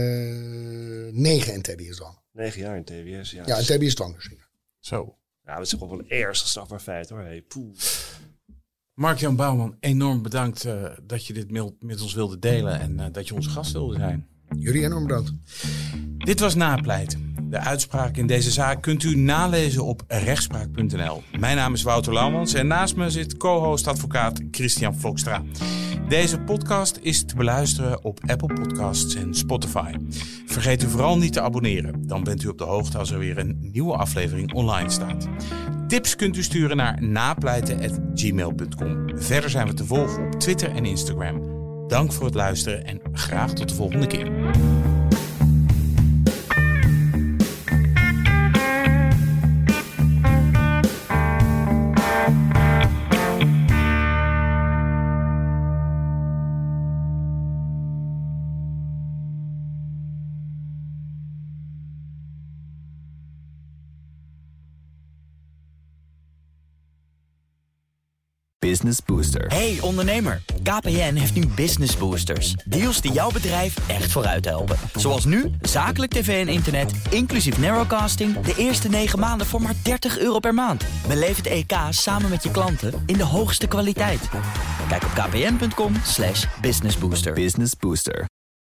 D: 9 in TBS-dwang.
F: 9 jaar in TBS, ja.
D: Ja, in TBS-dwang dus.
E: Zo.
F: Ja, dat is gewoon wel een ernstig strafbaar feit hoor. Hey,
E: Mark-Jan Bouwman, enorm bedankt dat je dit met ons wilde delen. En dat je onze gast wilde zijn.
D: Jullie enorm bedankt.
E: Dit was Napleiten. De uitspraak in deze zaak kunt u nalezen op rechtspraak.nl. Mijn naam is Wouter Laumans en naast me zit co-host advocaat Christian Vlokstra. Deze podcast is te beluisteren op Apple Podcasts en Spotify. Vergeet u vooral niet te abonneren. Dan bent u op de hoogte als er weer een nieuwe aflevering online staat. Tips kunt u sturen naar napleiten@gmail.com. Verder zijn we te volgen op Twitter en Instagram. Dank voor het luisteren en graag tot de volgende keer.
A: Business Booster.
B: Hey ondernemer, KPN heeft nu Business Boosters. Deals die jouw bedrijf echt vooruit helpen. Zoals nu, zakelijk tv en internet, inclusief narrowcasting... de eerste 9 maanden voor maar €30 per maand. Beleef het EK samen met je klanten in de hoogste kwaliteit. Kijk op kpn.com/businessbooster.
A: Business Booster.